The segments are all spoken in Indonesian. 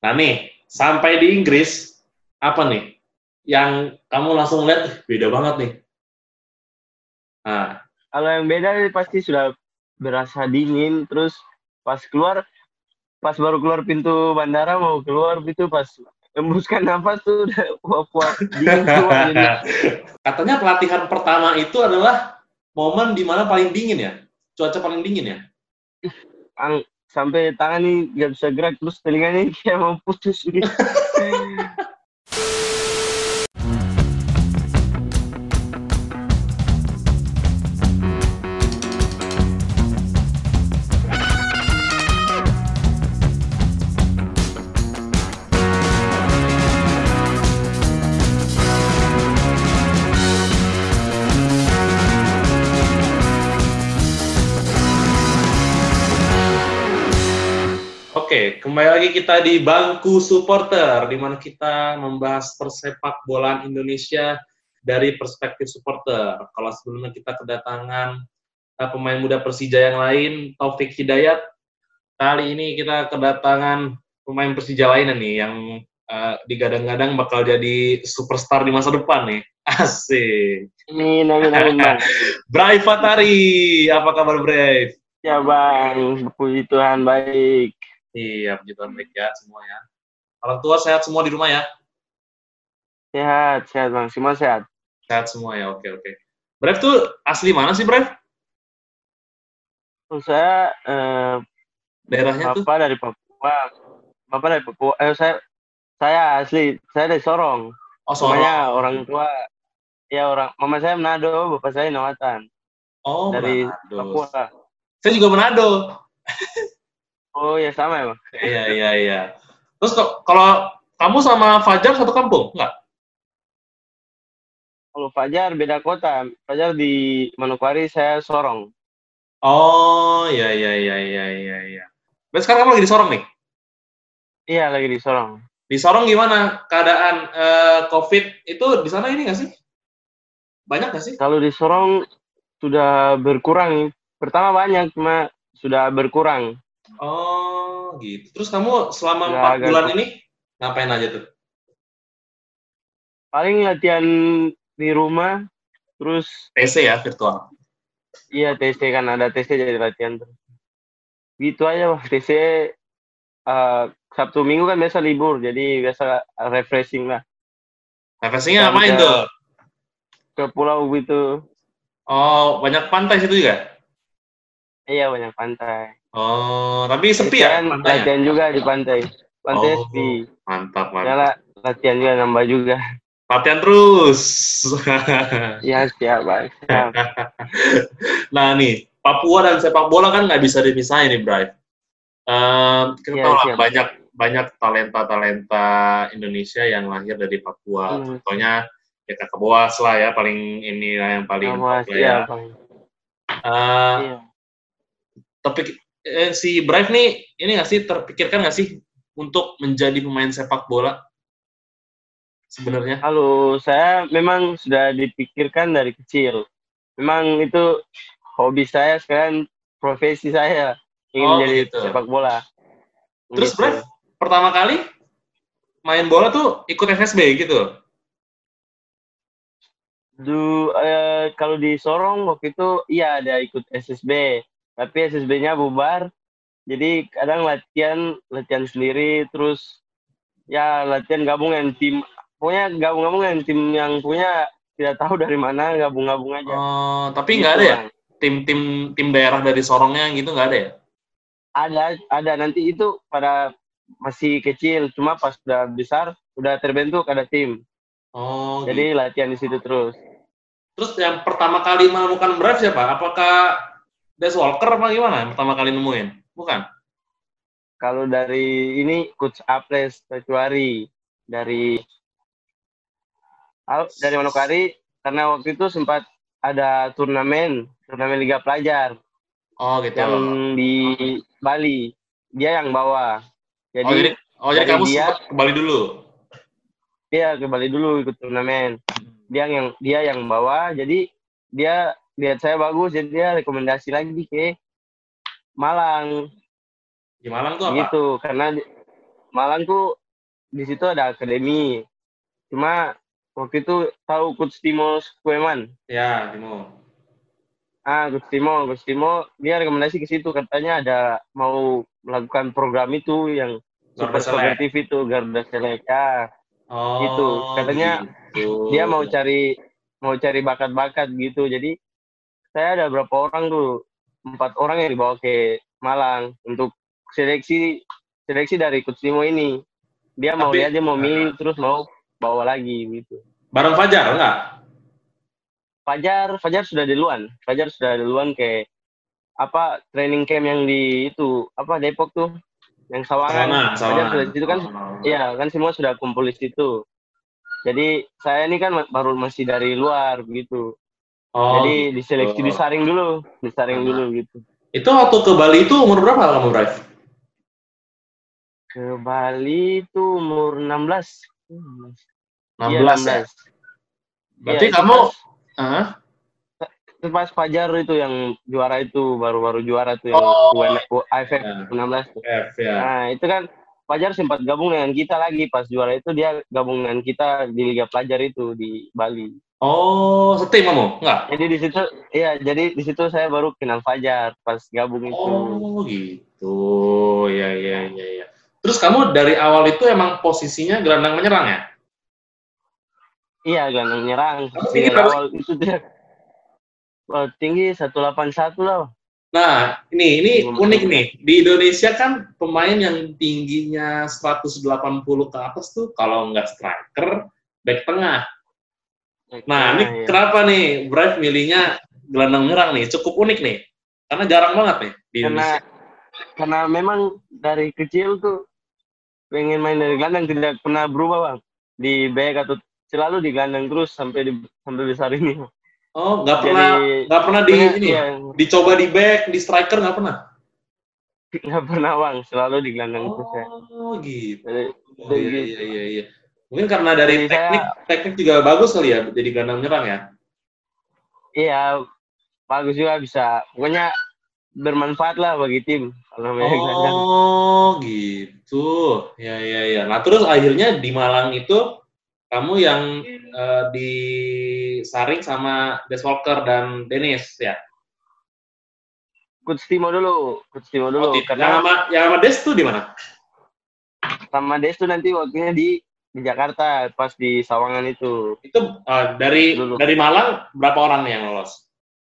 Nah nih, sampai di Inggris, apa nih yang kamu langsung lihat beda banget nih? Nah, Kalau yang beda pasti sudah berasa dingin, terus pas keluar, pas baru keluar pintu bandara mau keluar itu pas hembuskan nafas tuh udah uap-uap dingin keluar jadi katanya pelatihan pertama itu adalah momen di mana paling dingin ya, cuaca paling dingin ya. sampai tangan nih gak bisa gerak terus telinganya kayak mau putus nih. Oke, kembali lagi kita di Bangku Supporter, di mana kita membahas persepak bolaan Indonesia dari perspektif supporter. Kalau sebelumnya kita kedatangan pemain muda Persija yang lain, Taufik Hidayat, kali ini kita kedatangan pemain Persija lainnya nih, yang digadang-gadang bakal jadi superstar di masa depan nih. Asik. Amin, amin, amin, Bang. Brave Fatari, apa kabar Brave? Ya, Bang. Puji Tuhan, baik. Iya, puji Tuhan baik ya semua ya. Orang tua sehat semua di rumah ya? Sehat, sehat, Bang. Semua sehat. Sehat semua ya, oke oke. Brave tuh asli mana sih Brave? Terus saya Daerahnya tuh? Bapak dari Papua. Bapak dari Papua. Saya asli, saya dari Sorong. Oh, Rumahnya Sorong. orang tua, ya orang, mama saya Manado, bapak saya Nawatan. Oh, Dari Manado. Papua. Saya juga Manado. Oh ya sama ya, Bang. Iya, iya, iya. Terus kalau kamu sama Fajar satu kampung? Enggak? Kalau Fajar beda kota. Fajar di Manokwari, saya Sorong. Oh, iya, iya, iya, iya, iya, iya. Berarti sekarang kamu lagi di Sorong nih? Iya, lagi di Sorong. Di Sorong gimana keadaan COVID itu di sana ini nggak sih? Banyak nggak sih? Kalau di Sorong sudah berkurang. Pertama banyak, cuma sudah berkurang. Oh, gitu. Terus kamu selama Sudah 4 agak bulan ini ngapain aja tuh? paling latihan di rumah, terus TC ya, virtual. iya TC kan ada TC jadi latihan terus. Gitu aja, Bang. TC Sabtu Minggu kan biasa libur, jadi biasa refreshing lah. Refreshing-nya Kan ngapain tuh? ke pulau gitu. Oh, banyak pantai situ juga? Iya banyak pantai. Oh, tapi sepi ya Biasanya pantainya? latihan juga di pantai. Pantai sepi. Oh, mantap, Ya mantap. lah, latihan juga nambah juga. Latihan terus. Iya siap, Bang. Siap. Nah nih, Papua dan sepak bola kan nggak bisa dipisahin nih, Bray. Kita tahu Iya lah siap. banyak banyak talenta-talenta Indonesia yang lahir dari Papua. Hmm. Contohnya ya Kakak Boas lah ya, paling inilah yang paling top Awas, lah iya ya. Bang. Eh, Iya. tapi si Brave nih, ini nggak sih terpikirkan nggak sih untuk menjadi pemain sepak bola sebenarnya? Kalau saya memang sudah dipikirkan dari kecil. Memang itu hobi saya sekarang, profesi saya ingin Oh menjadi begitu. sepak bola. Terus Brave Gitu. pertama kali main bola tuh ikut FSB gitu. Kalau di Sorong waktu itu iya ada ikut SSB, tapi SSB-nya bubar. Jadi kadang latihan latihan sendiri, terus ya latihan gabungan tim. Pokoknya gabung-gabungan tim yang punya tidak tahu dari mana, gabung-gabung aja. Oh, tapi nggak Gitu, ada ya? Bang. Tim-tim tim daerah dari Sorongnya gitu nggak ada ya? Ada nanti itu pada masih kecil, cuma pas udah besar udah terbentuk ada tim. Oh Jadi gitu. latihan di situ terus. Terus yang pertama kali menemukan Brave siapa? Apakah Des Walker apa gimana yang pertama kali nemuin? Bukan? Kalau dari ini Coach Apres Kecuari dari dari Manokwari karena waktu itu sempat ada turnamen Liga Pelajar Oh gitu. yang di Bali. Dia yang bawa. Oh jadi Jadi jadi dari kamu dia sempat ke Bali dulu. ke Bali dulu ikut turnamen. Dia yang bawa, jadi dia lihat saya bagus, jadi dia rekomendasi lagi ke Malang Di Malang tuh apa? gitu karena Malang tuh di situ ada akademi. Cuma waktu itu tahu Coach Timo Skueman. Ya, Timo. Coach Timo dia rekomendasi ke situ, katanya ada mau melakukan program itu yang Garuda Super Soccer Select. TV itu Garuda Select. Gitu. Oh, Katanya gitu. dia mau cari bakat-bakat gitu. Jadi saya ada berapa orang tuh, 4 orang yang dibawa ke Malang untuk seleksi seleksi dari Coach Timo ini. Dia mau lihat, Tapi dia mau milih, terus mau bawa lagi gitu. bareng Fajar enggak? Fajar sudah duluan. Fajar sudah duluan ke training camp yang di itu Depok tuh, yang Sawangan. Sawangan, Fajar Sawangan. sudah di situ kan. Oh. Iya, kan semua sudah kumpul di situ. Jadi saya ini kan baru masih dari luar begitu. Oh, Jadi gitu. disaring dulu Nah, gitu. itu waktu ke Bali itu umur berapa kamu, Bray? Ke Bali itu umur 16. Iya 16 ya? 16. Iya Berarti itu kamu, pas Fajar itu yang juara itu, baru-baru juara tuh yang oh, AFF ya, 16 tuh. F ya. Nah itu kan Fajar sempat gabung dengan kita lagi pas juara itu, dia gabung dengan kita di Liga Pelajar itu di Bali. Oh, setim kamu? Enggak? Jadi di situ saya baru kenal Fajar pas gabung itu. Oh, gitu. Ya, ya, ya, ya. Terus kamu dari awal itu emang posisinya gelandang menyerang ya? Iya, gelandang nyerang. Kamu Di tinggi dari berapa sih? awal itu dia tinggi 181 lah. Nah, ini Sebelum masuk unik Liga. nih. Di Indonesia kan pemain yang tingginya 180 ke atas tuh kalau nggak striker, back tengah. Nah, ini Ya. kenapa nih Brave milihnya gelandang menyerang nih? Cukup unik nih. Karena jarang banget nih di Karena Indonesia. karena memang dari kecil tuh pengen main dari gelandang, tidak pernah berubah bang. Di back atau selalu di gelandang terus sampai besar ini. Oh, Jadi nggak pernah di pokoknya ini, ya dicoba di back, di striker nggak pernah. nggak pernah bang, selalu di gelandang terus ya. Oh, gitu. Jadi, Oh, jadi iya, iya, gitu. iya, iya. Mungkin karena dari Jadi teknik, saya teknik juga bagus kali ya, jadi gelandang menyerang ya. iya bagus juga, bisa pokoknya bermanfaat lah bagi tim kalau main gelandang. Oh, gitu. Ya, ya, ya. Nah, terus akhirnya di Malang itu kamu yang disaring sama Des Walker dan Dennis ya. Coach Timo Oh, dulu yang karena sama Des tuh di mana? sama Des tuh nanti waktunya di Jakarta pas di Sawangan itu Itu dulu. dari Malang berapa orang nih yang lolos?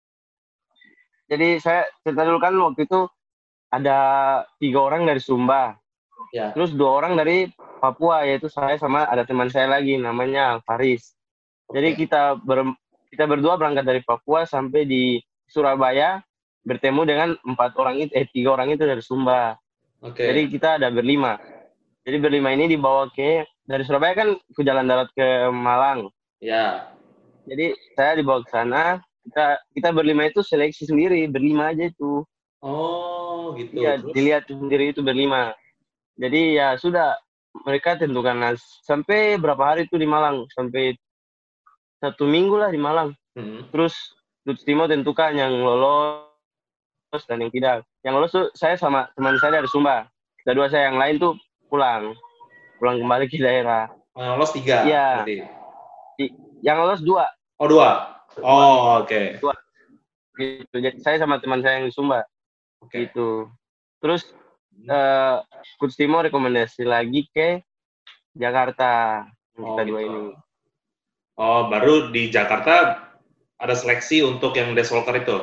Jadi saya cerita dulu kan, waktu itu ada 3 orang dari Sumba, Ya. terus 2 orang dari Papua, yaitu saya sama ada teman saya lagi namanya Faris. Jadi Oke. kita berdua berangkat dari Papua sampai di Surabaya, bertemu dengan 3 orang itu dari Sumba. Oke. Jadi kita ada berlima. Jadi berlima ini dibawa dari Surabaya kan ke jalan darat ke Malang. Ya. Jadi saya dibawa ke sana. Kita berlima itu seleksi sendiri, berlima aja itu. Oh, gitu. Iya, Terus? dilihat sendiri itu berlima. Jadi ya sudah, mereka tentukan sampai berapa hari itu di Malang, sampai 1 minggu lah di Malang. Hmm. Terus Coach Timo tentukan yang lolos dan yang tidak. Yang lolos tuh saya sama teman saya dari Sumba. Kedua saya yang lain tuh pulang kembali ke daerah. Lolos 3 Iya, berarti. yang lolos 2, Oh, 2. 2, Oh, oke. 2. Gitu. Jadi saya sama teman saya yang di Sumba. Oke. Gitu. Terus Coach Timo rekomendasi lagi ke Jakarta, Oh, kita dua gitu. ini. Oh, baru di Jakarta ada seleksi untuk yang Des Walker itu.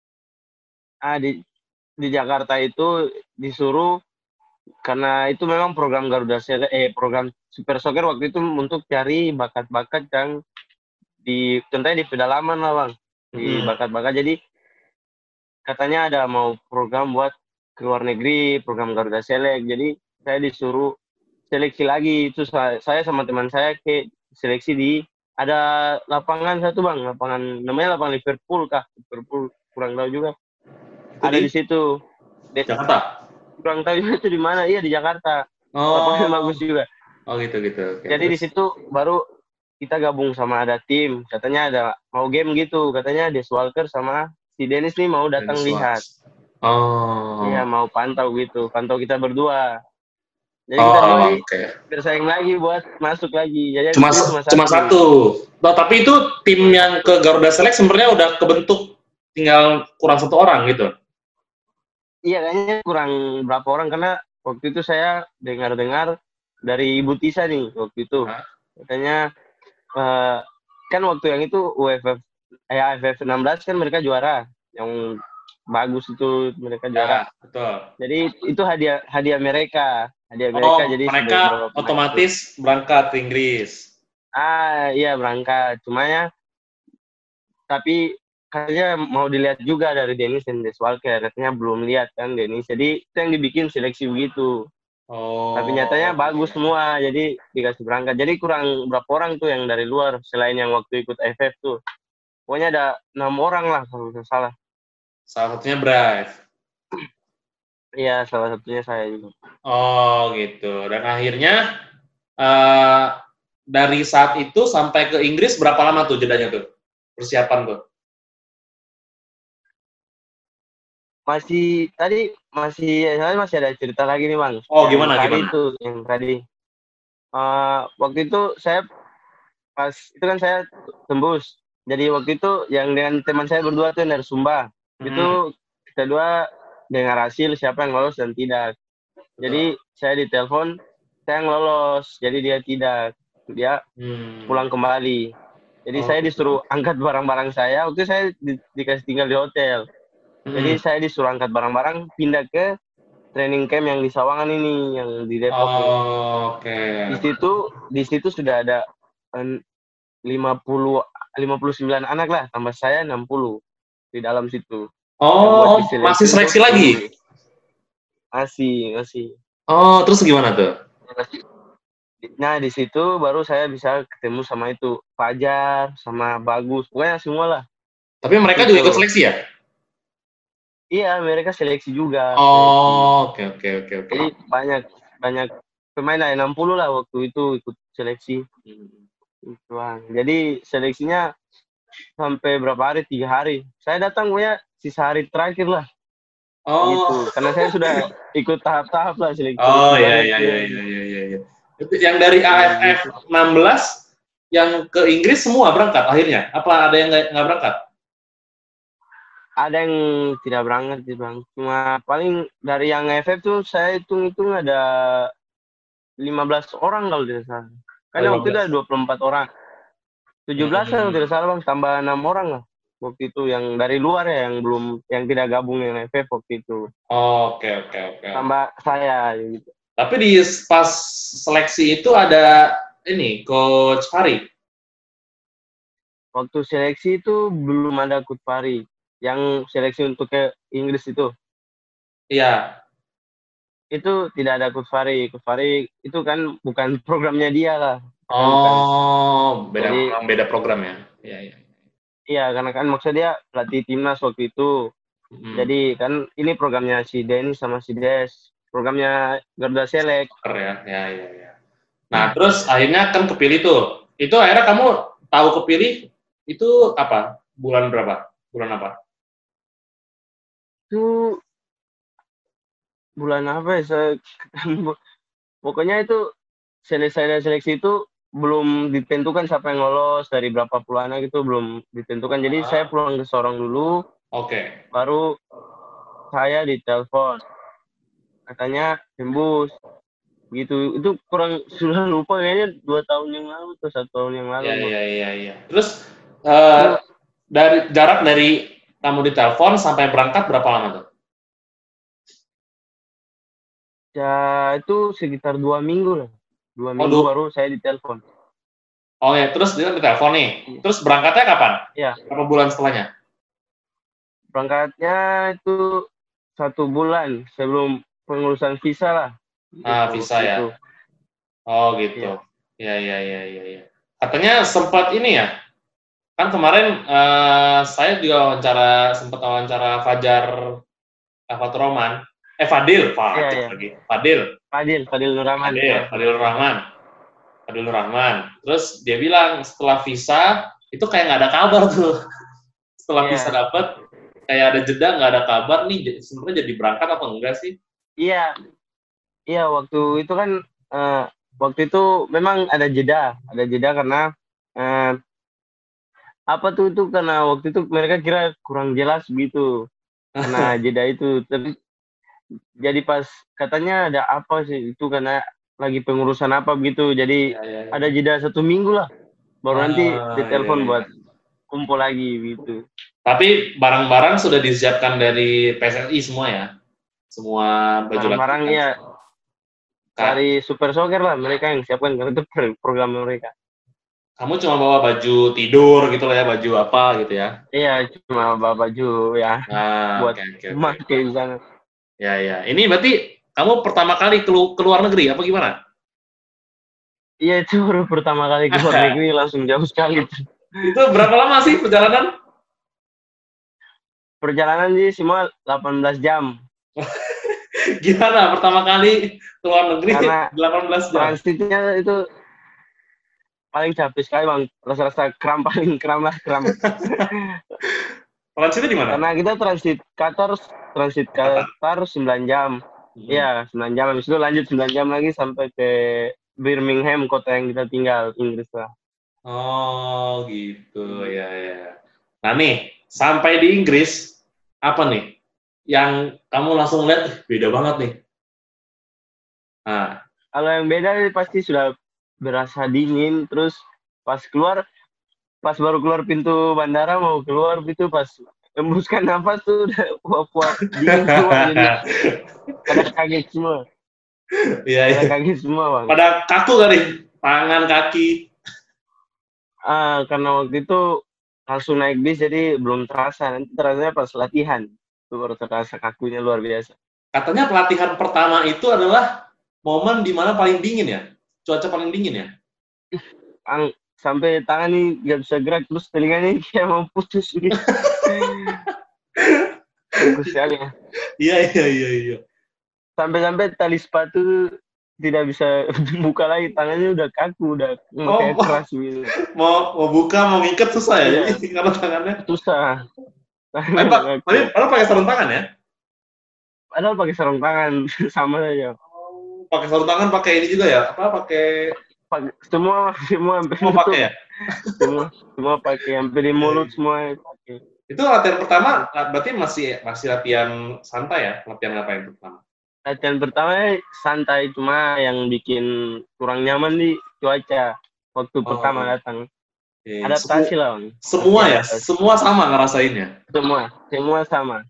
Di Jakarta itu disuruh, karena itu memang program program Super Soccer waktu itu untuk cari bakat-bakat yang contohnya di pedalaman lah bang, di Hmm. bakat-bakat. Jadi katanya ada mau program buat ke luar negeri, program Garuda Select. Jadi saya disuruh seleksi lagi. Itu saya sama teman saya ke seleksi ada lapangan satu bang, namanya lapangan Liverpool, kurang tahu juga. Itu Ada di di situ. Jakarta. Kurang tahu juga itu di mana. Iya di Jakarta. Lapangan Oh, bagus juga. oh gitu gitu. Oke, Jadi di terus. situ baru kita gabung sama ada tim. Katanya ada mau game gitu. Katanya Des Walker sama si Dennis nih mau datang Dennis lihat. Wax. Oh, Iya mau pantau gitu. Pantau kita berdua. Jadi kita dua Oh, oke. bersaing lagi buat masuk lagi. Jadi Cuma itu cuma satu. Oh, tapi itu tim Cuma yang ke satu. Garuda Select sebenarnya udah kebentuk, tinggal kurang satu orang gitu. Iya, kayaknya kurang berapa orang karena waktu itu saya dengar-dengar dari Ibu Tisa nih waktu itu. Hah? Katanya eh, kan waktu yang itu UFF AFF 16 kan mereka juara. Yang bagus itu mereka juara. Ya, betul. Jadi itu hadiah hadiah mereka. Hadiah mereka Oh, jadi mereka beberapa pemain itu. otomatis berangkat ke Inggris. Iya berangkat. Cuma ya tapi katanya mau dilihat juga dari Dennis dan Deswalker. Katanya belum lihat kan Dennis. Jadi itu yang dibikin seleksi begitu. Tapi nyatanya Oh, bagus iya. semua, jadi dikasih berangkat. Jadi kurang berapa orang tuh yang dari luar, selain yang waktu ikut FF tuh. Pokoknya ada 6 orang lah kalau nggak salah. Salah satunya Brave. Iya, salah satunya saya juga. Oh, gitu. Dan akhirnya eh, dari saat itu sampai ke Inggris berapa lama tuh jedanya tuh? Persiapan tuh. Saya masih ada cerita lagi nih bang. Oh, Yang gimana tadi gimana? tuh, yang tadi. Waktu itu saya pas itu kan saya tembus. Jadi waktu itu yang dengan teman saya berdua tuh yang dari Sumba. Hmm, Itu kita dua dengar hasil siapa yang lolos dan tidak. betul. Jadi saya ditelepon, saya yang lolos, jadi dia tidak. Dia Hmm. pulang kembali. Jadi Oh, saya gitu. disuruh angkat barang-barang saya. Waktu itu saya dikasih tinggal di hotel. Jadi Hmm. saya disuruh angkat barang-barang, pindah ke training camp yang di Sawangan ini, yang di Depok nih. Oh, oke. Di situ sudah ada eh, 59 anak lah, tambah saya 60 di dalam situ. Yang buat Oh, masih diseleksi untuk seleksi lagi? Inggris. Masih. Oh, terus gimana tuh? Nah, di situ baru saya bisa ketemu sama itu Fajar, sama Bagus, pokoknya semua lah Tapi di mereka juga ikut situ. seleksi ya? Iya, mereka seleksi juga, seleksi. Oh, oke oke oke oke. Jadi banyak banyak pemain lah, 60 lah waktu itu ikut seleksi. Hmm. Itu, Bang. Jadi seleksinya sampai berapa hari? 3 hari. Saya datang pokoknya sisa hari terakhir lah, Oh, gitu. Karena saya sudah ikut tahap-tahap lah oh seleksi ya banyak ya tuh ya yang ya ya ya. Ya. Itu yang dari iya AFF gitu. 16 yang ke Inggris semua berangkat akhirnya? Apa ada yang nggak berangkat? Ada yang tidak berangkat sih bang. Cuma paling dari yang FF tuh saya hitung-hitung ada 15 orang kalau tidak salah. Oh, Karena waktu itu 15. ada 24 orang. 17 kalau tidak Hmm. salah bang, tambah 6 orang lah. Waktu itu yang dari luar ya, yang belum, yang tidak gabung dengan FF waktu itu. Oke oke oke. Tambah saya gitu. Tapi di pas seleksi itu ada ini Coach Fari. Waktu seleksi itu belum ada Kutpari. Yang seleksi untuk ke Inggris Iya. itu tidak ada Kutpari. Kutpari itu kan bukan programnya dia lah. Karena bukan. Oh, beda Jadi memang beda program ya. Iya iya. iya, karena kan maksudnya dia pelatih timnas waktu itu. Hmm. Jadi kan ini programnya si Denny sama si Des. Programnya Garuda Select. Oker ya. Ya ya ya. Nah, terus akhirnya kan kepilih tuh. Itu akhirnya kamu tahu kepilih itu apa? Bulan berapa? Bulan apa? Itu bulan apa ya? Pokoknya itu seleksi itu belum ditentukan siapa yang lolos dari berapa puluh anak itu belum ditentukan. Jadi saya Ah, pulang ke Sorong dulu, oke. baru saya ditelepon. Katanya tembus gitu. Itu kurang sudah lupa kayaknya 2 tahun yang lalu atau 1 tahun yang lalu Ya bang. ya ya ya. Terus eh, Itu dari jarak dari kamu ditelepon sampai berangkat berapa lama tuh? ya itu sekitar 2 minggu lah. dua Oh, minggu baru saya ditelepon. oh ya, terus dia ditelepon nih. Iya. Terus berangkatnya kapan? Ya, Berapa bulan setelahnya? berangkatnya itu 1 bulan sebelum pengurusan visa lah. Ah, Gitu, visa waktu ya. itu. Oh, gitu. Iya. Ya ya ya ya ya. Katanya sempat ini ya. Kan kemarin saya juga sempat wawancara Fajar Fatur Rahman. Iya, Fajar iya. lagi. Fadil Nur Rahman. Fadil, Fadil Nur Rahman. Fadil Nur Rahman. Terus dia bilang setelah visa itu kayak nggak ada kabar tuh. Setelah visa Iya. dapat kayak ada jeda nggak ada kabar nih sebenarnya jadi berangkat apa enggak sih? Iya, Iya, waktu itu kan waktu itu memang ada jeda karena eh, apa tuh itu karena waktu itu mereka kira kurang jelas gitu karena jeda itu. Tapi jadi pas katanya ada apa sih itu karena lagi pengurusan apa gitu. Jadi Ya, ya, ada ya. jeda 1 minggu lah. Baru nanti Iya, ditelepon iya. buat kumpul lagi gitu. Tapi barang-barang sudah disiapkan dari PSSI semua ya? Semua baju Barang-barang latihan. ya Kak, dari Super Soccer lah mereka yang siapkan karena itu program mereka. kamu cuma bawa baju tidur gitu lah ya, baju apa gitu ya? Iya, cuma bawa baju ya Ah, buat oke, oke, oke. pakai di sana. Ya, ya. Ini berarti kamu pertama kali keluar negeri apa gimana? Iya, itu baru pertama kali ke luar negeri langsung jauh sekali. Itu berapa lama sih perjalanan? Perjalanan sih semua 18 jam. Gimana pertama kali keluar negeri Karena 18 jam? transitnya itu paling capek sekali bang. Rasa-rasa kram paling kram lah kram. Transitnya di mana? Karena kita transit Qatar. Qatar 9 jam. Hmm. Iya, 9 jam. Habis itu lanjut 9 jam lagi sampai ke Birmingham, kota yang kita tinggal, Inggris lah. Oh, gitu. Ya, ya. Nah, nih, sampai di Inggris, apa nih yang kamu langsung lihat, beda banget nih. Nah, Kalau yang beda pasti sudah berasa dingin, terus pas keluar, pas baru keluar pintu bandara mau keluar gitu, pas hembuskan nafas tuh udah uap-uap dingin semua, jadi pada kaget semua, iya, pada iya. kaget semua bang. Pada kaku kali, tangan, kaki. Karena waktu itu langsung naik bis jadi belum terasa, nanti terasanya pas latihan, itu baru terasa kakunya luar biasa. Katanya pelatihan pertama itu adalah momen di mana paling dingin ya? Cuaca paling dingin ya? Sampai tangan nih gak bisa gerak, terus telinganya kayak mau putus gitu. Bagus sekali ya. Iya, iya, iya, iya. Sampai-sampai tali sepatu tidak bisa dibuka lagi, tangannya udah kaku, udah Oh, kayak keras gitu. mau buka, mau ngikat susah ya? Iya, Jadi karena tangannya. susah. Tapi, Tangannya udah tapi kaku. padahal pakai sarung tangan ya? Padahal pakai sarung tangan sama saja. Oh, pakai sarung tangan, pakai ini juga ya? Apa? Pakai Semua hampir mau pakai nutup. ya? Semua pakai, hampir di Iya, mulut iya. semua pakai. Itu latihan pertama berarti masih masih latihan santai ya? Latihan apa yang pertama? Latihan pertama santai, cuma yang bikin kurang nyaman di cuaca waktu pertama Oh, datang. iya. Adaptasi lah bang, pasti Semua ya, adaptasi. semua sama ngerasainnya. Semua sama.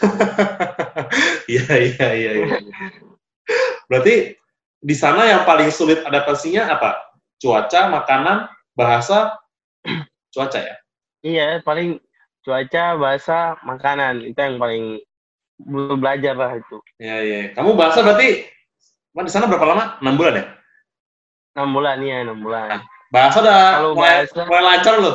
Iya, iya, iya, iya. Berarti di sana yang paling sulit adaptasinya apa? Cuaca, makanan, bahasa, cuaca ya? Iya, paling cuaca, bahasa, makanan itu yang paling butuh belajar lah itu. Iya, iya. Kamu bahasa berarti di sana berapa lama? 6 bulan ya? 6 bulan ya, 6 bulan. Nah, bahasa udah Kalau mulai bahasa, mulai lancar loh.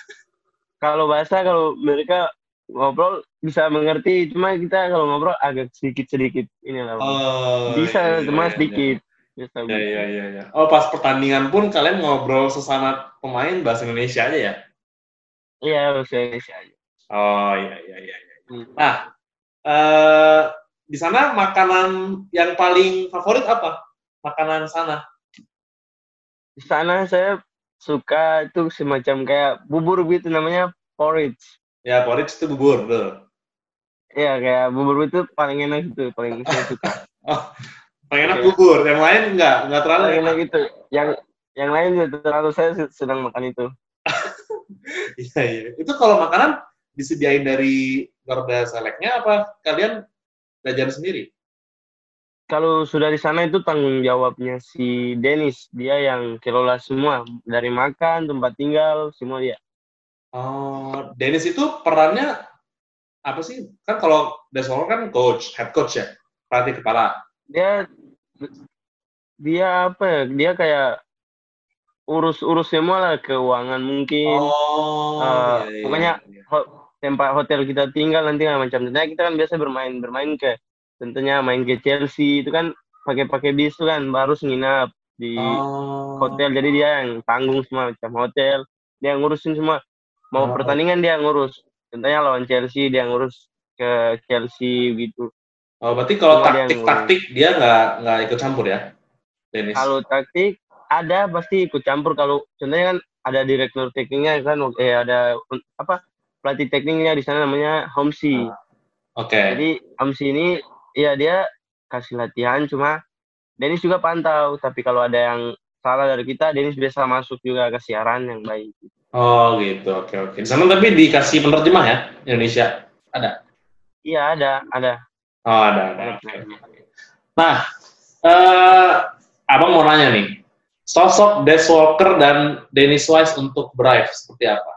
kalau mereka ngobrol bisa mengerti, cuma kita kalau ngobrol agak sedikit inilah bang. Oh, iya, Bisa, iya, cuma iya, iya. sedikit. Bisa Iya, iya, bisa. iya, iya. Oh, pas pertandingan pun kalian ngobrol sesama pemain bahasa Indonesia aja ya? Iya, bahasa Indonesia aja. Oh, iya, iya, iya. Hmm. Nah, eh, di sana makanan yang paling favorit apa? Makanan sana? Di sana saya suka itu semacam kayak bubur gitu namanya porridge. Ya, porridge itu bubur, tuh. Iya, kayak bubur itu paling enak itu, paling saya suka. Oh, paling enak Iya, bubur. Yang lain enggak terlalu paling enak. enak itu. Yang lain juga terlalu saya sedang makan itu. Iya, iya. Itu kalau makanan disediain dari Garuda Select-nya apa kalian jajan sendiri? Kalau sudah di sana itu tanggung jawabnya si Dennis, dia yang kelola semua dari makan, tempat tinggal, semua dia. Oh, Dennis itu perannya apa sih? Kan kalau Desolor kan coach, head coach ya, pelatih kepala. Dia dia apa ya? Dia kayak urus semua lah, keuangan mungkin. Oh, iya, iya, Pokoknya iya. tempat hotel kita tinggal nanti macam contohnya kita kan biasa bermain ke tentunya main ke Chelsea itu kan pakai bis itu kan harus nginap di Oh, hotel, jadi dia yang tanggung semua macam hotel, dia yang ngurusin semua, mau oh, pertandingan dia ngurus, contohnya lawan Chelsea dia ngurus ke Chelsea gitu. Oh, berarti kalau Cuma dia yang taktik-taktik dia nggak ikut campur ya, Dennis? kalau taktik ada pasti ikut campur. Kalau contohnya kan ada direktur tekniknya kan, ada apa pelatih tekniknya di sana namanya Homsi. Ah, Oke. Jadi Homsi ini ya dia kasih latihan, cuma Dennis juga pantau. Tapi kalau ada yang salah dari kita, Dennis biasa masuk juga ke siaran yang baik. Oh gitu, oke oke. Di sana tapi dikasih penerjemah ya, Indonesia? Ada? Iya ada Oh ada, ada oke oke. penerjemah. Nah, eh abang mau nanya nih, sosok Des Walker dan Dennis Wise untuk Brave seperti apa?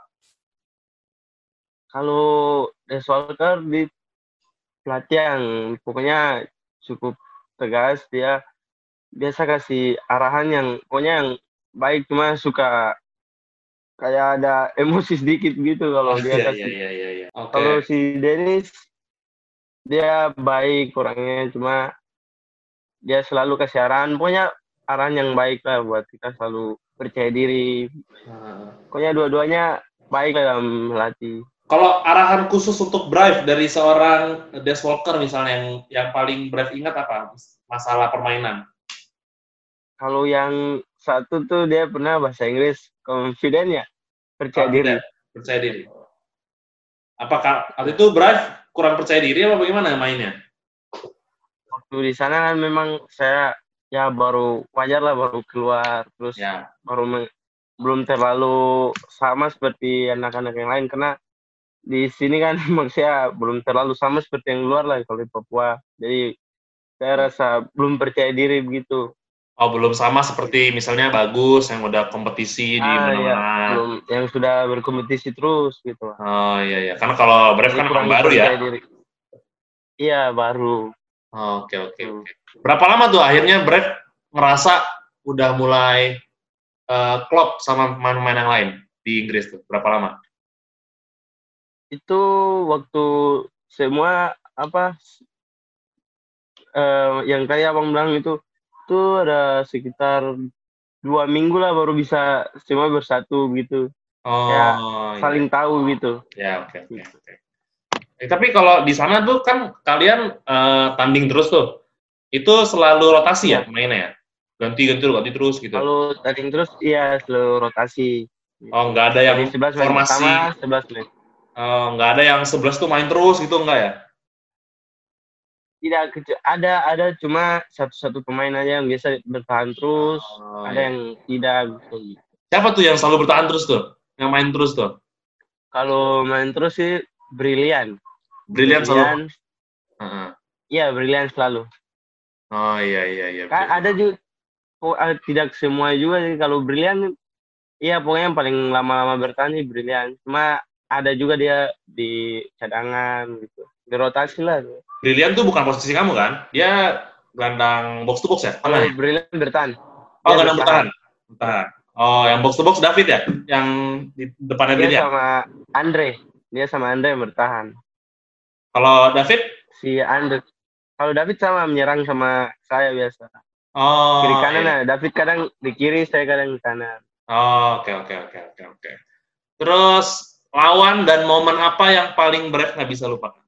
Kalau Des Walker di pelatih yang pokoknya cukup tegas, dia biasa kasih arahan yang pokoknya yang baik, cuma suka kayak ada emosi sedikit gitu Oh kalau dia iya iya kasih. iya iya. Iya. Oke. Kalau si Dennis dia baik orangnya, cuma dia selalu kasih arahan, pokoknya arahan yang baik lah buat kita selalu percaya diri. Nah, Pokoknya dua-duanya baik lah dalam melatih. kalau arahan khusus untuk Brave dari seorang Des Walker misalnya yang paling Brave ingat apa? Masalah permainan. Kalau yang satu tuh dia pernah bahasa Inggris, confident ya, percaya diri. Confident, percaya diri. Apakah waktu itu Brave kurang percaya diri apa bagaimana mainnya? Waktu di sana kan memang saya ya baru wajar lah baru keluar, terus Ya. belum terlalu sama seperti anak-anak yang lain, karena di sini kan maksudnya belum terlalu sama seperti yang luar lah kalau di Papua. Jadi saya rasa belum percaya diri begitu. Oh, belum sama seperti misalnya Bagus yang udah kompetisi di Ya, mana-mana. belum yang sudah berkompetisi terus gitu lah. Oh iya iya, karena kalau Brave Jadi kan emang kurang baru ya. percaya diri. Iya, baru. Oh, oke oke Tuh. oke. Berapa lama tuh akhirnya Brave ngerasa udah mulai klop sama pemain-pemain yang lain di Inggris tuh? Berapa lama? Itu waktu semua apa yang kayak abang bilang itu ada sekitar 2 minggu lah baru bisa semua bersatu gitu, kayak Oh iya, saling tahu gitu. ya oke oke oke. Tapi kalau di sana tuh kan kalian tanding terus tuh, itu selalu rotasi ya Iya, mainnya ya? Ganti terus gitu. kalau tanding terus iya selalu rotasi Oh gitu. nggak ada yang Jadi 11 main formasi, pertama, 11 main. nggak ada yang 11 tuh main terus gitu enggak ya? Tidak ada cuma satu-satu pemain aja yang biasa bertahan terus, Oh ada iya. yang tidak gitu. Siapa tuh yang selalu bertahan terus tuh? Yang main terus tuh? Kalau main terus sih Brilian. Brilian selalu. Brilian, Heeh. iya Brilian selalu. Oh iya iya iya. Kan ada juga tidak semua juga sih. Kalau Brilian, iya pokoknya yang paling lama-lama bertahan sih Brilian. Cuma ada juga dia di cadangan gitu. Di rotasi lah. Brilian tuh bukan posisi kamu kan? Dia gelandang box to box ya? Tengah Kalau ya? Brilian bertahan, Oh dia gelandang bertahan. bertahan. Bertahan. Oh yang box to box David ya? Yang di depannya Dia Brilian. sama Andre. Dia sama Andre yang bertahan. Kalau David? Si Andre. Kalau David sama menyerang sama saya biasa. Kiri Oh kanan iya. lah. David kadang di kiri, saya kadang di kanan. Oh, oke oke oke oke oke. Terus lawan dan momen apa yang paling berat nggak bisa lupakan?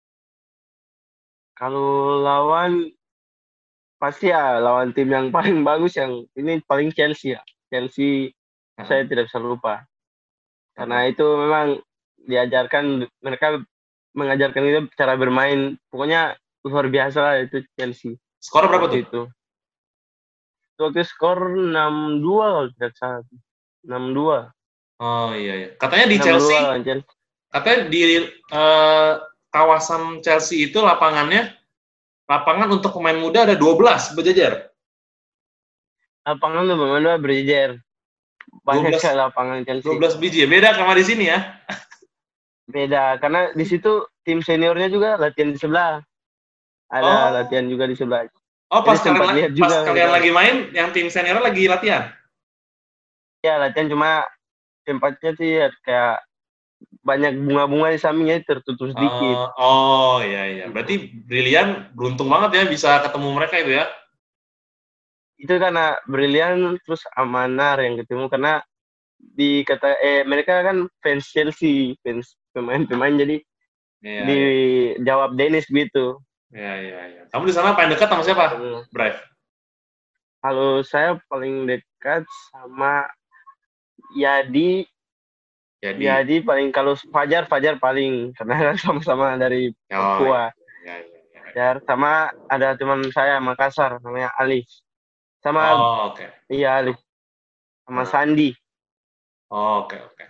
Kalau lawan pasti ya lawan tim yang paling bagus yang ini paling Chelsea ya. Chelsea saya tidak bisa lupa. Karena itu memang diajarkan mereka mengajarkan kita cara bermain. Pokoknya luar biasa lah itu Chelsea Skor berapa tuh? waktu itu. Waktu skor 6-2 kalau tidak salah. 6-2. Oh iya iya. Katanya di 6-2 Chelsea, lawan Chelsea. katanya di kawasan Chelsea itu lapangan untuk pemain muda ada 12 berjajar. Lapangan tuh bagaimana berjejer. Banyak 12 sekali lapangan Chelsea. 12 biji ya. Beda sama di sini ya. Beda karena di situ tim seniornya juga latihan di sebelah. Ada Oh, latihan juga di sebelah. oh Jadi sempat lihat pas juga di kalian sana. lagi main, yang tim senior lagi latihan. Ya latihan cuma tempatnya sih ya, kayak banyak bunga-bunga di sampingnya tertutup sedikit. Oh iya iya. Gitu. Berarti Brilian beruntung banget ya bisa ketemu mereka itu ya. Itu karena Brilian terus Amanar yang ketemu karena mereka kan fans Chelsea, fans pemain-pemain jadi Iya iya. dijawab Dennis gitu. Ya, ya, ya. Kamu di sana paling dekat sama siapa? Hmm. Brave. Kalau saya paling dekat sama Yadi, Jadi, Yadi paling kalau Fajar paling karena kan sama-sama dari oh ya, Papua. ya, ya, ya. Fajar sama ada teman saya Makassar namanya Alif. Sama Oh, oke. iya Alif sama Nah, Sandi. oke, oke.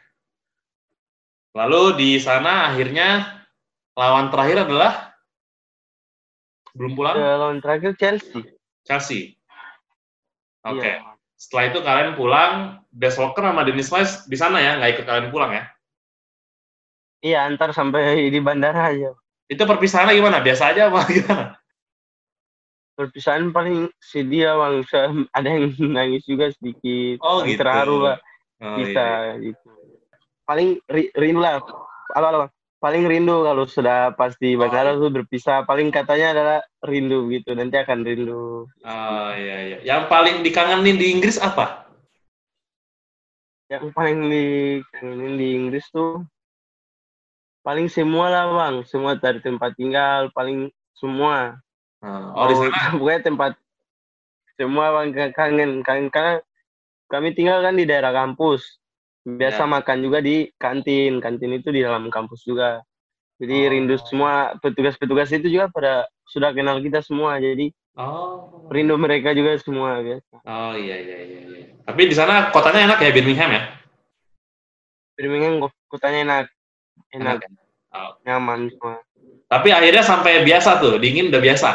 Lalu di sana akhirnya lawan terakhir adalah belum pulang Lawan terakhir Chelsea. Chelsea. Oke. Iya. Setelah itu kalian pulang, Des Walker sama Dennis Wise di sana ya, nggak ikut kalian pulang ya? Iya, antar sampai di bandara aja. Itu perpisahannya gimana? Biasa aja apa gimana? Perpisahan paling sedih ya, Bang. Ada yang nangis juga sedikit. Oh Paling gitu. terharu lah Oh iya, iya. kita gitu. Paling rindu lah. Halo. Paling rindu kalau sudah pasti Oh bandara iya. tuh berpisah. Paling katanya adalah rindu gitu. Nanti akan rindu. Oh iya, iya. Yang paling dikangenin di Inggris apa? Yang paling dikangenin di Inggris tuh paling semua lah, Bang. Semua dari tempat tinggal, paling semua. Oh di Mau sana. pokoknya tempat semua Bang kangen karena kami tinggal kan di daerah kampus. Biasa Ya. makan juga di kantin. Kantin itu di dalam kampus juga. Jadi rindu Oh. semua petugas-petugas itu juga pada sudah kenal kita semua. Jadi Oh. rindu mereka juga semua biasa. Oh iya, iya, iya, iya. Tapi di sana kotanya enak ya, Birmingham ya? Birmingham kotanya enak, Enak enak, ya. Oh. nyaman semua. Tapi akhirnya sampai biasa tuh, dingin udah biasa.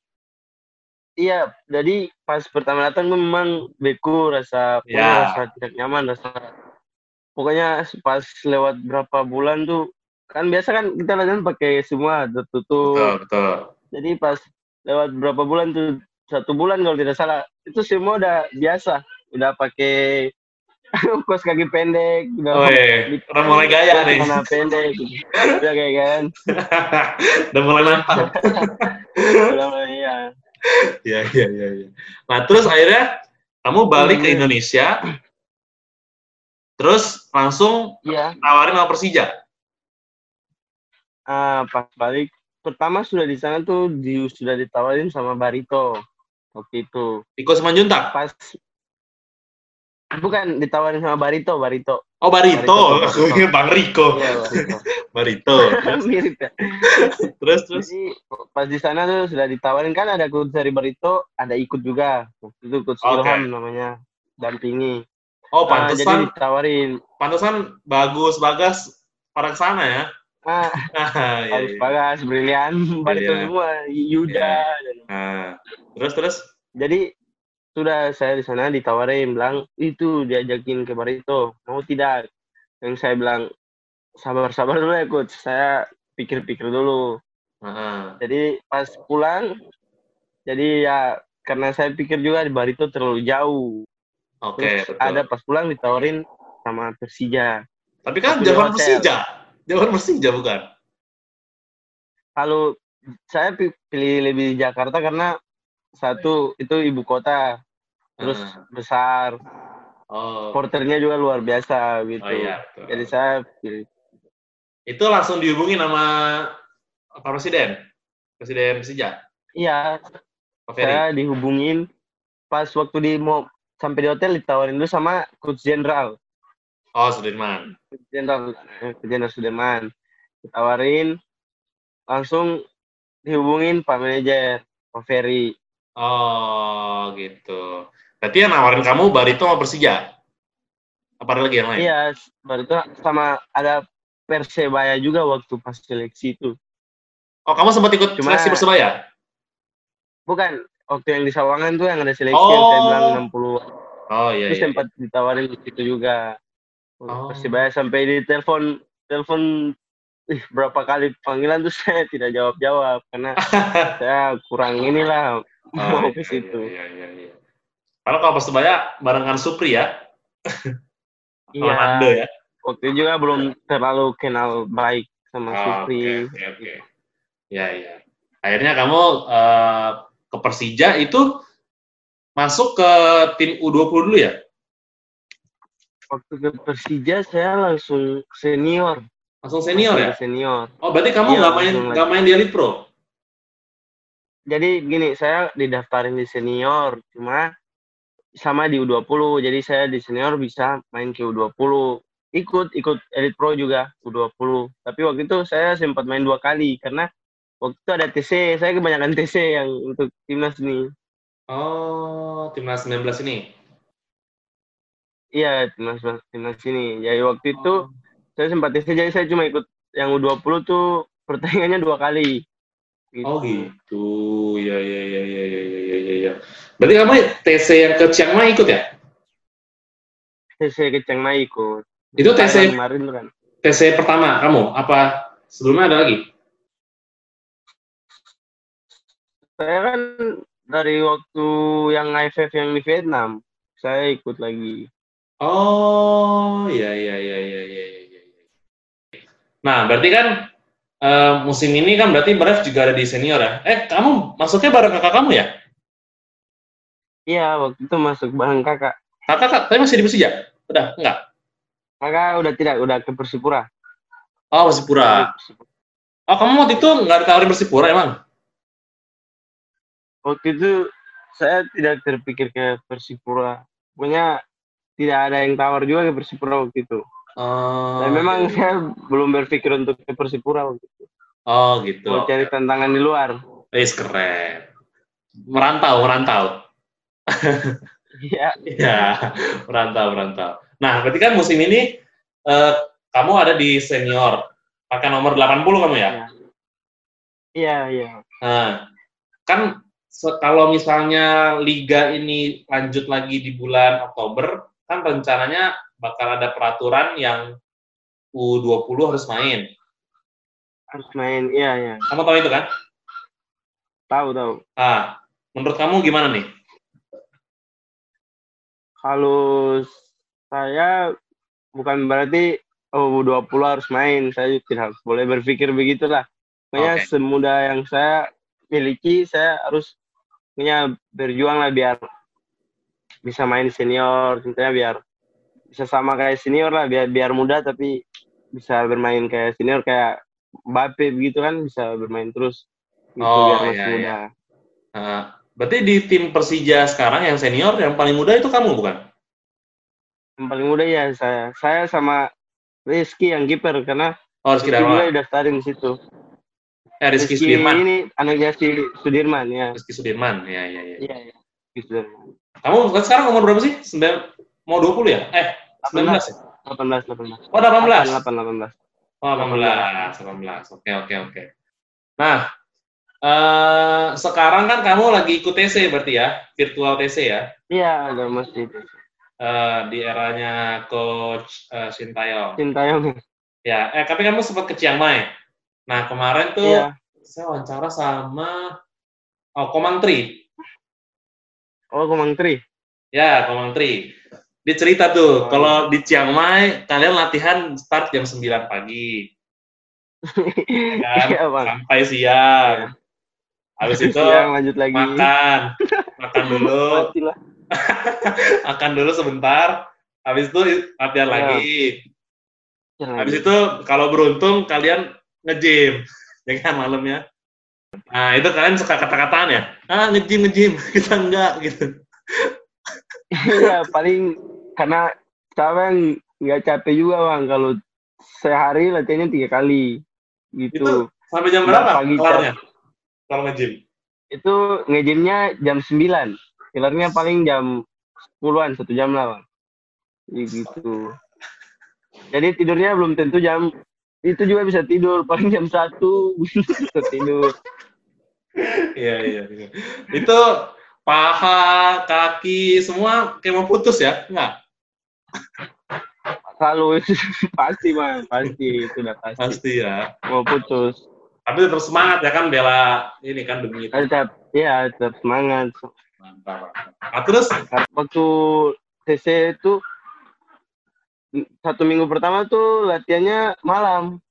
Iya, jadi pas pertama datang gue memang beku rasa pokoknya Ya, rasa tidak nyaman rasa pokoknya pas lewat berapa bulan tuh kan biasa kan kita latihan pakai semua betul, tertutup. betul. Jadi pas lewat berapa bulan tuh 1 bulan kalau tidak salah itu semua udah biasa, udah pakai kaos kaki pendek, Oh udah iya, udah mulai gaya udah nih. celana pendek, udah kayak kan, Udah mulai mantap. udah ya. Iya, iya, iya, iya. Nah, terus akhirnya kamu balik ke Iya, Indonesia, terus langsung iya. tawarin sama Persija. Pas balik pertama sudah di sana tuh sudah ditawarin sama Barito waktu itu. Ikut Simanjuntak. Pas bukan ditawarin sama Barito, Barito. Oh, Barito Barito. Barito. Bang Riko. Iya, Barito. Barito. Mirip ya. Terus, terus. Jadi pas di sana tuh sudah ditawarin kan ada coach dari Barito, ada ikut juga. Waktu itu coach Oke. Ilham namanya, dampingi. Oh, Jadi pantesan, ditawarin. pantesan bagus Bagas pada sana ya. Ah, Iya, Paus iya. Bagas, Brilian, Barito Iya, semua, iya. Yuda. Nah, terus, terus. Jadi sudah saya di sana ditawarin bilang itu diajakin ke Barito, mau tidak? Yang saya bilang sabar-sabar dulu ya coach, saya pikir-pikir dulu. Heeh. Jadi pas pulang, jadi ya karena saya pikir juga di Barito terlalu jauh. Oke, Terus ada betul. pas pulang ditawarin sama Persija. Tapi kan Waktu di Javan hotel. Persija. Javan Persija bukan? Kalau saya pilih lebih Jakarta karena satu itu ibu kota, terus Heeh. besar, Oh, porternya juga luar biasa oh gitu. iya, Jadi betul. saya pilih. Itu langsung dihubungin sama Pak Presiden, Presiden Persija, Iya, Pak Ferry. saya dihubungin pas waktu mau sampai di hotel ditawarin dulu sama coach jenderal. Oh, Sudirman. Jenderal Sudirman. Ditawarin, langsung dihubungin Pak Manajer, Pak Ferry. Oh, gitu. Berarti yang nawarin kamu Barito sama Persija? Apa ada lagi yang lain? Iya, baru itu sama ada Persebaya juga waktu pas seleksi itu. Oh, kamu sempat ikut seleksi Cuma Persebaya? bukan waktu yang di Sawangan tuh yang ada seleksi yang saya bilang Oh, 60. oh iya, Itu iya, iya. sempat ditawarin di situ juga. Oh. Persebaya sampai di telepon berapa kali panggilan tuh saya tidak jawab karena saya kurang inilah Oh mau ke iya, iya, situ. iya, iya, iya. Karena kalau Persebaya barengan Supri ya, sama Iya, Nando ya. waktu itu juga belum terlalu kenal baik sama Oh, oke, Supri. oke, oke. Ya, ya. Akhirnya kamu ke Persija itu masuk ke tim U20 dulu ya? Waktu ke Persija saya langsung senior, Langsung senior ya? ke senior. Oh, berarti kamu Iya, langsung nggak lagi. main di Elite Pro? Jadi gini, saya didaftarin di senior, cuma sama di U20. Jadi saya di senior bisa main ke U20. Ikut Elite Pro juga U20. Tapi waktu itu saya sempat main 2 kali karena waktu itu ada TC. Saya kebanyakan TC yang untuk timnas ini. Oh, timnas 19 ini. Iya, timnas ini. Jadi waktu itu Oh. saya sempat TC, jadi saya cuma ikut yang U20 tuh pertandingannya 2 kali. Oh Gitu. gitu, ya ya ya ya ya ya ya ya. Ya. Berarti kamu TC yang ke Chiang Mai ikut ya? TC ke Chiang Mai ikut. Itu Yang TC Thailand kemarin tuh kan. TC pertama kamu? Apa sebelumnya ada lagi? Saya kan dari waktu yang IFF yang di Vietnam, saya ikut lagi. Oh, ya ya ya ya ya ya ya. Nah, berarti kan musim ini kan berarti Bref juga ada di senior ya? Kamu masuknya bareng kakak kamu ya? Iya, waktu itu masuk bareng kakak. Kakak, tapi masih di Persija? Udah, enggak? Kakak udah tidak, udah ke Persipura. Oh, Persipura. Balik Persipura. Oh, kamu waktu itu nggak ditawarin Persipura emang? Waktu itu saya tidak terpikir ke Persipura. Pokoknya tidak ada yang tawar juga ke Persipura waktu itu. Dan Oh, iya, memang iya. saya belum berpikir untuk ke Persipura waktu itu. Oh, gitu. Mau Oke. cari tantangan di luar. Keren. Merantau, merantau. Iya, Iya, merantau, merantau. Nah, berarti kan musim ini eh, kamu ada di senior. Pakai nomor 80 kamu ya? iya, iya, iya. Nah, kan kalau misalnya liga ini lanjut lagi di bulan Oktober, kan rencananya bakal ada peraturan yang U20 harus main. Harus main, iya, iya. Kamu tahu itu kan? Tahu, tahu. Ah, menurut kamu gimana nih? Kalau saya bukan berarti U20 harus main, saya tidak boleh berpikir begitulah. Pokoknya Oke. semudah yang saya miliki, saya harus punya berjuang lah biar bisa main senior, tentunya biar bisa sama kayak senior lah, biar muda tapi bisa bermain kayak senior kayak Mbappe begitu kan bisa bermain terus gitu Oh, biar masih iya, iya. muda. Berarti di tim Persija sekarang yang senior, yang paling muda itu kamu, bukan? Yang paling muda ya saya sama Rizky yang kiper karena Oh, Rizky Rizky juga Darmawan. didaftarin di situ. Rizky Rizky Sudirman. ini anaknya si Sudirman ya. Rizky Sudirman, ya, ya, ya. Iya, iya. Rizky Sudirman. Kamu sekarang umur berapa sih? Mau 20 ya? 19 ya? 18, 18. Oh, 18. 18. Oh, 18. 18. 18. Oke, oke, oke. Nah, sekarang kan kamu lagi ikut TC berarti ya? Virtual TC ya? Iya, ada masjid. Di eranya Coach Sintayong. Sintayong. Ya, tapi kamu sempat ke Chiang Mai. Nah, kemarin tuh Iya. saya wawancara sama Komang Tri. Oh, Komang Tri. Ya, Komang Tri. Dia cerita tuh, Oh, iya. kalau di Chiang Mai kalian latihan start jam 9 pagi. Ya kan? Iya, Bang. Sampai siang. Iya. Habis itu Siang lanjut lagi. makan dulu, Matilah. makan dulu sebentar. Habis itu latihan Iya. lagi. Jalan Habis lagi. itu kalau beruntung kalian nge-gym, ya kan malamnya. Nah, itu kalian suka kata-kataan ya? Nge-gym, kita enggak, gitu. Iya, paling karena saya nggak capek juga, Bang. Kalau sehari latihannya 3 kali. Itu Gitu. sampai jam Nggak berapa pagi kelarnya? Kalau nge-gym? itu nge-gymnya jam 9. Kelarnya paling jam 10-an, 1 jam lah, Bang. Gitu. Jadi tidurnya belum tentu jam itu juga bisa tidur paling jam 1 bisa tidur. Iya, iya, iya. Itu paha, kaki, semua kayak mau putus ya? Enggak? Selalu itu pasti, Bang, pasti itu udah pasti. Pasti ya. Mau putus. Tapi tetap semangat ya kan bela ini kan demi itu. Tetap semangat. Mantap. Nah, terus? Waktu TC itu 1 minggu pertama tuh latihannya malam.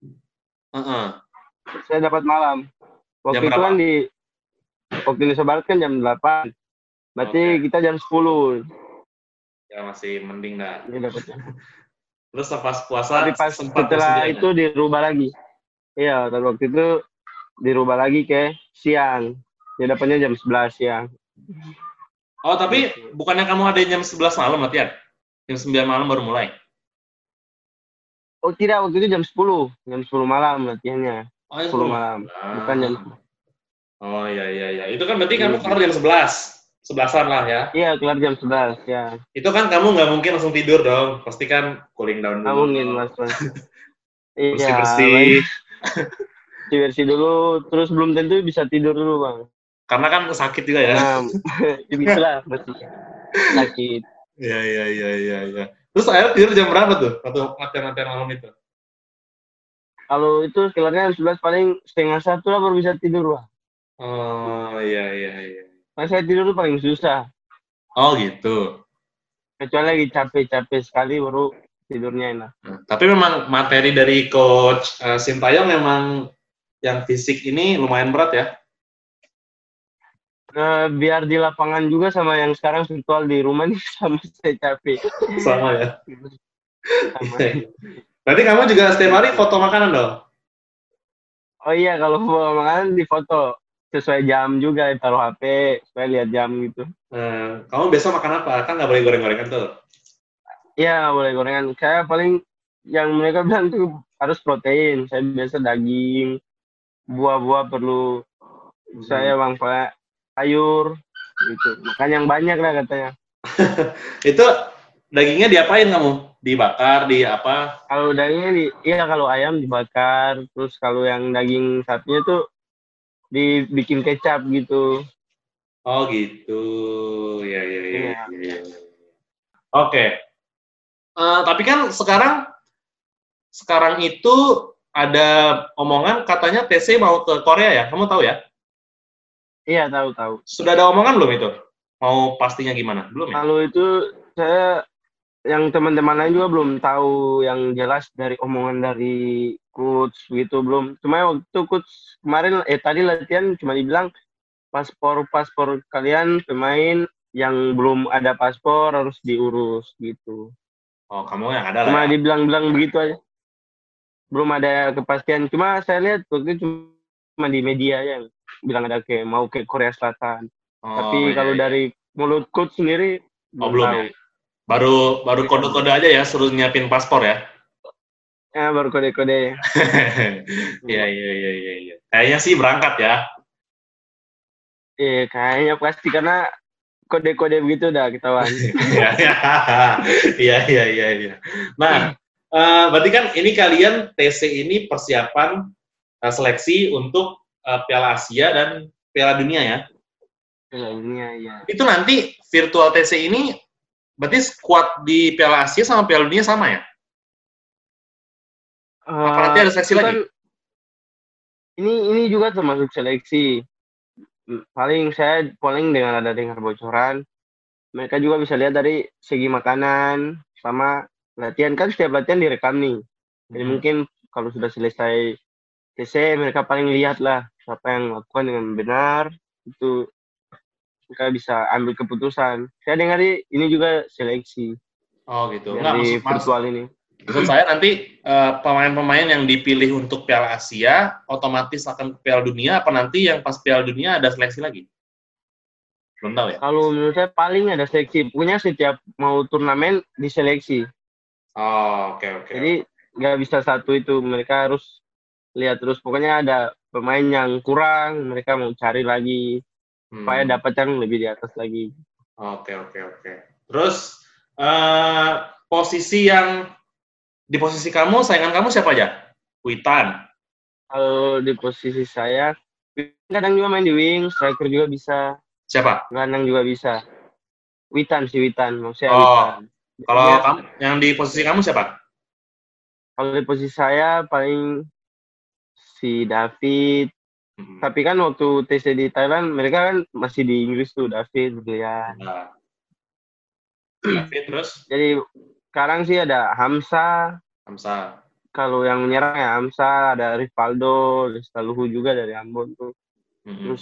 Saya dapat malam. Jam Waktu itu berapa? kan waktu Indonesia Barat kan jam 8. Berarti kita jam 10. Ya masih mending dah. Ini dapatnya. Terus pas puasa Tapi pas sempat setelah bersenjata. itu dirubah lagi. Iya, tapi waktu itu dirubah lagi ke siang. Dia dapatnya jam 11 siang. Oh, tapi Gitu. bukannya kamu ada jam 11 malam latihan? Jam 9 malam baru mulai? Oh tidak, waktu itu jam 10 malam latihannya. Oh, jam 10 10 malam, bukan jam. malam. Oh, iya, iya, iya. Itu kan berarti kamu kelar Gitu. jam 11. 11-an lah ya. Iya, kelar jam 11 ya. Itu kan kamu nggak mungkin langsung tidur dong. Pasti kan cooling down Ah, dulu mungkin dong. mas. Iya, Bersih-bersih. banyak bersih dulu, terus belum tentu bisa tidur dulu bang. Karena kan sakit juga ya. Karena begitulah masih sakit. Iya, iya, iya, iya, iya. Terus akhirnya tidur jam berapa tuh? Waktu latihan-latihan malam itu? Kalau itu kelarnya jam 11 paling setengah satu lah baru bisa tidur bang. Oh, iya, iya, iya. Nah, saya tidur tuh paling susah. Oh, gitu. Kecuali lagi capek-capek sekali baru tidurnya enak. Nah, tapi memang materi dari Coach Sintayong memang yang fisik ini lumayan berat ya. Nah, biar di lapangan juga sama yang sekarang virtual di rumah nih sama saya capek. Sama ya. Sama Iya, iya. Berarti kamu juga setiap hari gitu. foto makanan dong? Oh iya, kalau mau makanan di foto sesuai jam juga, taruh HP supaya lihat jam gitu. Kamu besok makan apa? Kan nggak boleh goreng-gorengan tuh. Iya, nggak boleh gorengan. Saya paling yang mereka bilang tuh harus protein. Saya biasa daging, buah-buah perlu. Saya bang Pak sayur gitu. Makan yang banyak lah katanya. Itu dagingnya diapain kamu? Dibakar, di apa? Kalau dagingnya iya kalau ayam dibakar, terus kalau yang daging sapinya tuh dibikin kecap gitu. Oh gitu. Ya, ya, ya, ya, Iya. ya. Oke. Tapi kan sekarang itu ada omongan katanya TC mau ke Korea ya? Kamu tahu ya? Iya tahu-tahu. Sudah ada omongan belum itu? Mau pastinya gimana? Belum ya? Kalau itu saya yang teman-teman lain juga belum tahu yang jelas dari omongan dari coach gitu belum. Cuma waktu coach kemarin tadi latihan cuma dibilang paspor kalian pemain yang belum ada paspor harus diurus gitu. Oh, kamu yang ada lah Cuma ya. dibilang-bilang begitu aja. Belum ada kepastian. Cuma saya lihat waktu itu cuma di media yang bilang ada mau ke Korea Selatan. Oh, Tapi iya, kalau iya. dari mulut coach sendiri Oh, belum belum ya? tahu. Baru Mereka belum. kode-kode aja ya, suruh nyiapin paspor ya. Ya baru kode-kode. Iya, iya, iya, iya, iya. Kayaknya sih berangkat ya. Kayaknya pasti karena kode-kode begitu udah ketahuan. Iya, iya, iya, iya, iya, iya. Nah, berarti kan ini kalian TC ini persiapan seleksi untuk Piala Asia dan Piala Dunia ya. Kayaknya ya. Itu nanti virtual TC ini berarti skuad di Piala Asia sama Piala Dunia sama ya? Apa nanti ada seleksi Itu lagi? kan ini juga termasuk seleksi. Paling dengan ada dengar bocoran, mereka juga bisa lihat dari segi makanan sama latihan kan setiap latihan direkam nih. Jadi mungkin kalau sudah selesai TC mereka paling lihat lah siapa yang melakukan dengan benar itu mereka bisa ambil keputusan. Saya dengar ini juga seleksi Oh gitu. yang Enggak, di maksud virtual ini. maksud saya nanti pemain-pemain yang dipilih untuk Piala Asia otomatis akan ke Piala Dunia apa nanti yang pas Piala Dunia ada seleksi lagi? Belum tahu ya? Kalau menurut saya paling ada seleksi. Pokoknya setiap mau turnamen diseleksi. Oh, oke, oke, Jadi oke. nggak bisa satu itu. Mereka harus lihat terus. Pokoknya ada pemain yang kurang, mereka mau cari lagi supaya Hmm, dapat yang lebih di atas lagi. oke, oke, oke. Terus eh posisi yang di posisi kamu, saingan kamu siapa aja? Witan. Kalau di posisi saya, kadang juga main di wing, striker juga bisa, Siapa? gelandang juga bisa. Witan, maksudnya Oh, Witan. kalau Biasanya kamu yang di posisi kamu siapa? kalau di posisi saya paling si David. Hmm. Tapi kan waktu TC di Thailand, mereka kan masih di Inggris tuh, David, Willian. Nah, David terus Jadi sekarang sih ada Hamsa. Hamzah. Kalau yang menyerang ya Hamsa, ada Rivaldo, Lestaluhu juga dari Ambon tuh. Hmm. Terus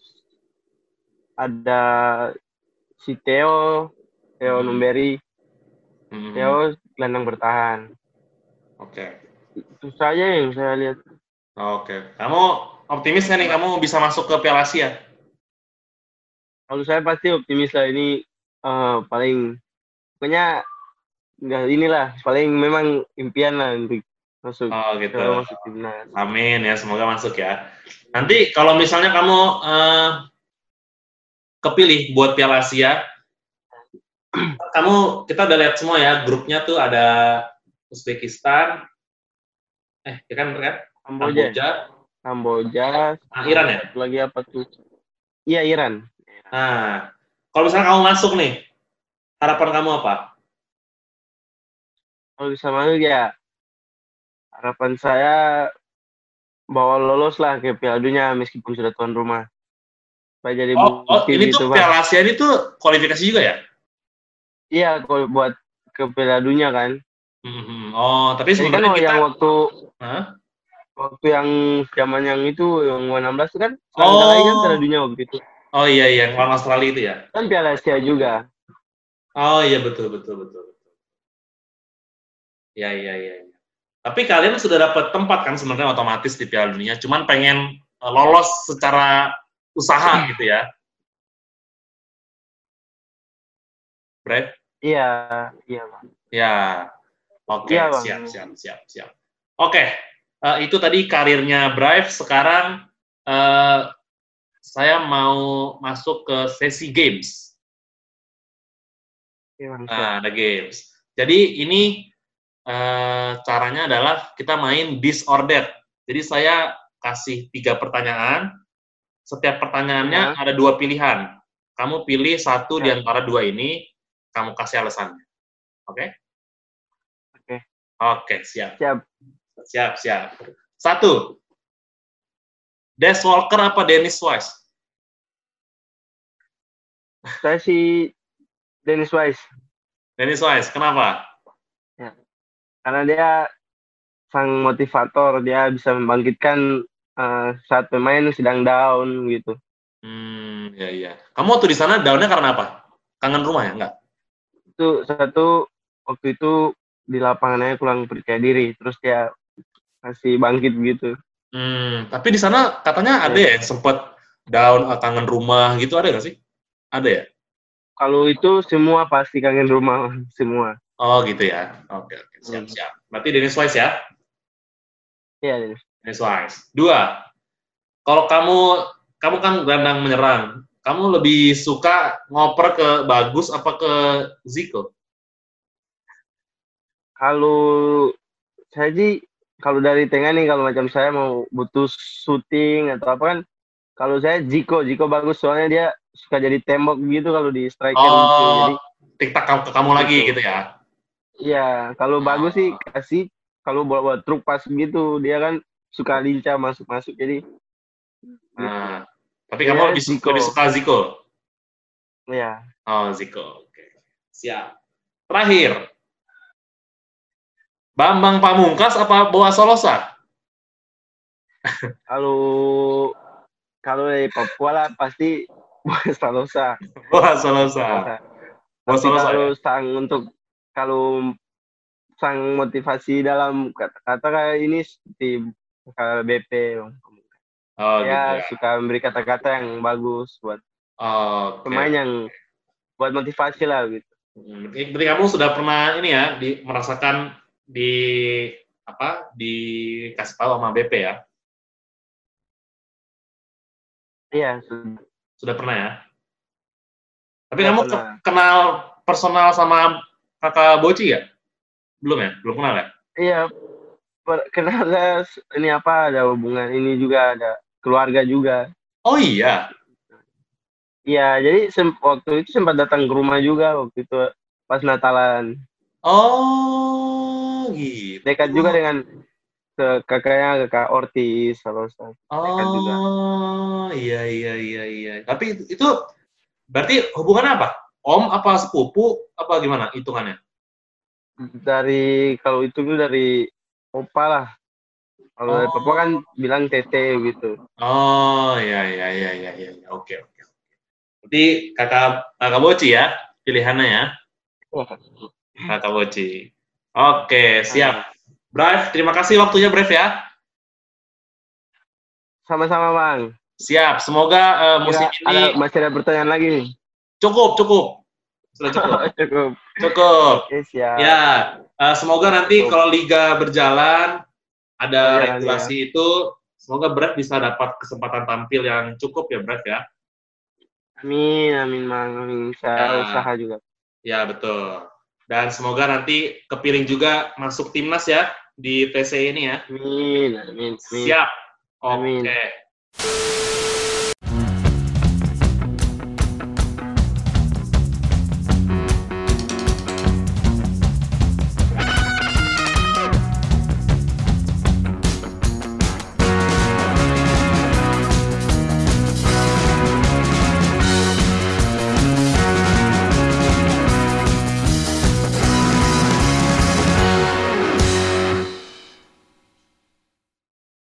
ada si Theo Hmm. Numberi. Hmm. Theo gelandang bertahan. Oke. Itu saja yang saya lihat. Oke. Kamu optimis nggak nih kamu bisa masuk ke Piala Asia? Kalau saya pasti optimis lah ini paling pokoknya nggak inilah paling memang impian lah untuk masuk Oh gitu. masuk timnas. Amin ya, semoga masuk ya. Nanti kalau misalnya kamu kepilih buat Piala Asia, kita udah lihat semua ya, grupnya tuh ada Uzbekistan, ya kan, Kamboja, Kamboja, Kamboja, Iran ya. satu lagi apa tuh? Iya Iran. Nah, kalau misalnya kamu masuk nih, harapan kamu apa? Kalau bisa masuk ya harapan saya bawa lolos lah ke Piala Dunia meskipun sudah tuan rumah. Supaya jadi bukti Ini gitu tuh bang. Piala Asia ini tuh kualifikasi juga ya? Iya kalau buat ke Piala Dunia kan. Oh, tapi Jadi kan sebenarnya kita, yang waktu Hah? yang zaman yang itu yang U16 itu kan Sri kan Piala Oh, Dunia waktu itu. oh iya iya, yang lawan Australia itu ya? Kan Piala Asia juga. Oh iya betul betul betul betul. Ya iya iya. Iya. Tapi kalian sudah dapat tempat kan sebenarnya otomatis di Piala Dunia, cuman pengen lolos secara usaha gitu ya, Brad? Iya, iya bang. Ya, oke, Iya bang. siap siap siap siap. Oke, itu tadi karirnya Brave. Sekarang saya mau masuk ke sesi games. Iya bang. Siap. Nah, ada games. Jadi ini caranya adalah kita main this or that. Jadi saya kasih 3 pertanyaan. Setiap pertanyaannya Ya. ada 2 pilihan. Kamu pilih satu di Siap. antara 2 ini, kamu kasih alasannya. Oke? Oke. Oke, siap. Siap. Siap, siap. 1. Des Walker apa Dennis Wise? Saya si Dennis Wise. Dennis Wise, kenapa? Ya. Karena dia sang motivator, dia bisa membangkitkan saat pemain sedang down gitu. Ya, iya. Kamu waktu di sana down-nya karena apa? Kangen rumah ya? Enggak? Itu satu waktu itu di lapangannya kurang percaya diri, terus dia masih bangkit gitu. Tapi di sana katanya ada ya yang sempat down, kangen rumah gitu, ada nggak sih? Ada ya? Kalau itu semua pasti kangen rumah semua. Oh gitu ya. Oke, oke. Siap, siap. Berarti Dennis Wise ya? Iya, Dennis. Dennis Wise. 2. Kalau kamu kan gelandang menyerang, kamu lebih suka ngoper ke Bagus apa ke Zico? Kalau saya sih kalau dari tengah nih kalau macam saya mau butuh syuting atau apa kan kalau saya Jiko bagus soalnya dia suka jadi tembok gitu kalau di striker gitu Oh, jadi tiktak ke kamu lagi gitu. gitu ya? Iya, kalau bagus sih Oh. kasih kalau buat truk pas gitu dia kan suka lincah masuk-masuk jadi gitu. Nah, tapi Jadi kamu ya lebih Jiko. suka Zico? Ya, Oh, Zico. Oke. Siap. Terakhir, Bambang Pamungkas apa Boa Solosa? kalau kalau dari Papua lah pasti Salosa. Boa Solosa. Salosa. Boa Tapi Solosa ya? kalau sang motivasi dalam kata-kata kayak ini seperti BP Oh, gitu ya ya. suka memberi kata-kata yang bagus buat Oke. pemain yang buat motivasi lah gitu. Berarti kamu sudah pernah ini ya, merasakan di apa dikasih tahu sama BP ya? Iya, Sudah pernah ya? Tapi sudah kamu pernah. kenal personal sama kakak Boci ya? Belum ya? Belum kenal ya? Iya, kenal ini apa ada hubungan ini juga ada keluarga juga. Oh iya. Iya, jadi waktu itu sempat datang ke rumah juga waktu itu pas Natalan. Oh gitu. Dekat juga dengan kakaknya kakak Ortiz kalau dekat juga. Oh iya iya iya iya. Tapi itu berarti hubungannya apa? Om apa sepupu apa gimana hitungannya? Kalau itu tuh dari opa lah. Kalau dari papa kan Oh. bilang tete gitu. Oh iya iya iya iya iya. Oke oke. Berarti kakak kakak Boci ya pilihannya ya. Kakak Boci. Oke, siap. Brave, terima kasih waktunya Brave ya. Sama-sama bang. Siap. Semoga musim ini masih ada pertanyaan lagi nih. cukup. Sudah cukup. Cukup. Cukup. Oke, siap. Ya, semoga nanti Cukup. kalau liga berjalan, ada Berjalan, regulasi itu, semoga Brad bisa dapat kesempatan tampil yang cukup ya, Brad ya. Amin, Mang. Amin. Saya usaha juga. Ya, betul. Dan semoga nanti kepilih juga masuk timnas ya di TC ini ya. Amin. Siap. Amin. Oke.